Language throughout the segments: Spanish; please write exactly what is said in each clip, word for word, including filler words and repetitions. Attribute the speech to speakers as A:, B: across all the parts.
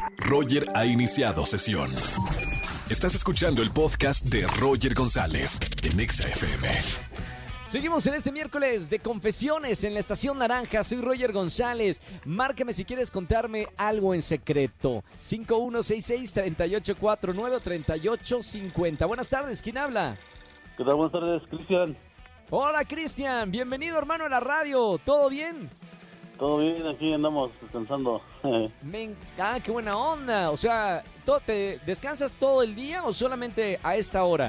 A: Roger ha iniciado sesión. Estás escuchando el podcast de Roger González en Exa F M.
B: Seguimos en este miércoles de confesiones en la Estación Naranja. Soy Roger González. Márcame si quieres contarme algo en secreto. cinco uno seis seis, tres ocho cuatro nueve, tres ocho cinco cero. Buenas tardes, ¿quién habla?
C: ¿Qué tal? Buenas tardes, Cristian.
B: Hola, Cristian. Bienvenido, hermano, a la radio. ¿Todo bien?
C: Todo bien, aquí andamos descansando.
B: Me... Ah, qué buena onda. O sea, ¿te descansas todo el día o solamente a esta hora?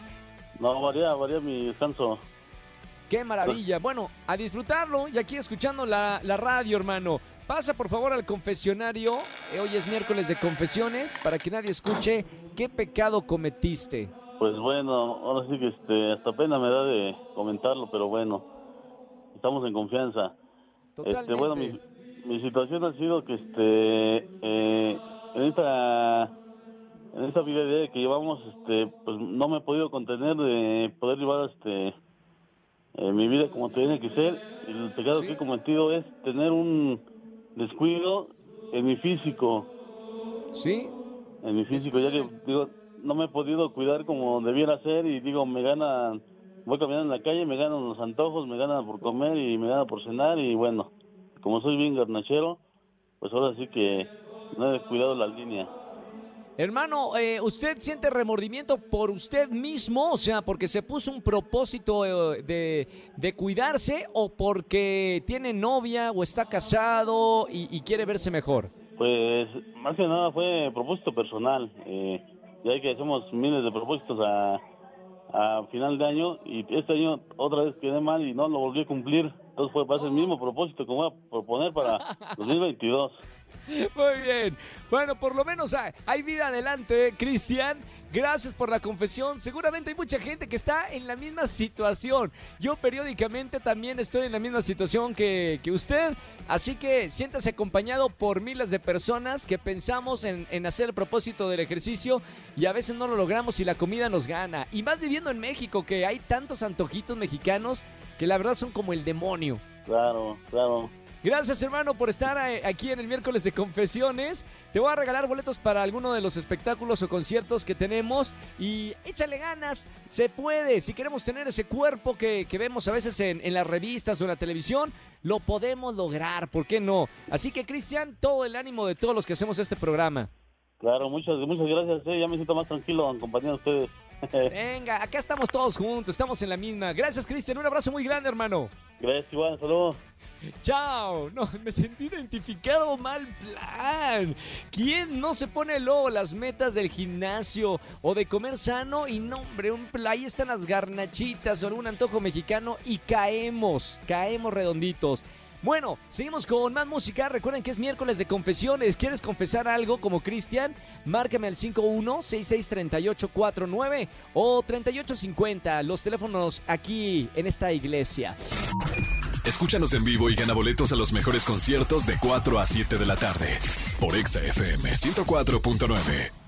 C: No, varía, varía mi descanso.
B: ¡Qué maravilla! Bueno, a disfrutarlo y aquí escuchando la, la radio, hermano. Pasa por favor al confesionario. Hoy es miércoles de confesiones para que nadie escuche qué pecado cometiste.
C: Pues bueno, ahora sí que este, hasta pena me da de comentarlo, pero bueno, estamos en confianza.
B: Totalmente.
C: Este, bueno, mi, mi situación ha sido que este, eh, en esta, en esta vida diaria que llevamos, este, pues no me he podido contener de poder llevar este. Eh, mi vida como tiene que ser. El pecado ¿Sí? que he cometido es tener un descuido en mi físico.
B: Sí.
C: En mi físico, ya que digo, no me he podido cuidar como debiera ser y digo, me ganan, voy caminando en la calle, me ganan los antojos, me ganan por comer y me ganan por cenar y bueno, como soy bien garnachero, pues ahora sí que no he cuidado la línea.
B: Hermano, eh, ¿usted siente remordimiento por usted mismo? O sea, porque se puso un propósito eh, de, de cuidarse o porque tiene novia o está casado y, y quiere verse mejor.
C: Pues más que nada fue propósito personal. Eh, ya que hacemos miles de propósitos a, a final de año y este año otra vez quedé mal y no lo volví a cumplir. Entonces fue para el mismo propósito que voy a proponer para dos mil veintidós.
B: Muy bien. Bueno, por lo menos hay, hay vida adelante, Cristian. Gracias por la confesión. Seguramente hay mucha gente que está en la misma situación. Yo periódicamente también estoy en la misma situación que, que usted. Así que siéntase acompañado por miles de personas que pensamos en, en hacer el propósito del ejercicio y a veces no lo logramos y la comida nos gana. Y más viviendo en México, que hay tantos antojitos mexicanos que la verdad son como el demonio.
C: Claro, claro.
B: Gracias, hermano, por estar aquí en el miércoles de confesiones. Te voy a regalar boletos para alguno de los espectáculos o conciertos que tenemos. Y échale ganas, se puede. Si queremos tener ese cuerpo que, que vemos a veces en, en las revistas o en la televisión, lo podemos lograr, ¿por qué no? Así que, Cristian, todo el ánimo de todos los que hacemos este programa.
C: Claro, muchas, muchas gracias. Eh. Ya me siento más tranquilo en compañía de ustedes.
B: Venga, acá estamos todos juntos, estamos en la misma. Gracias, Cristian, un abrazo muy grande, hermano.
C: Gracias, igual, saludos.
B: Chao, no, me sentí identificado, mal plan. ¿Quién no se pone luego las metas del gimnasio o de comer sano? Y no, hombre, un, ahí están las garnachitas o algún antojo mexicano y caemos, caemos redonditos. Bueno, seguimos con más música. Recuerden que es miércoles de confesiones. ¿Quieres confesar algo como Cristian? Márcame al cinco uno seis seis, tres ocho cuatro nueve o tres ocho cinco cero. Los teléfonos aquí en esta iglesia.
A: Escúchanos en vivo y gana boletos a los mejores conciertos de cuatro a siete de la tarde por Exa F M ciento cuatro punto nueve.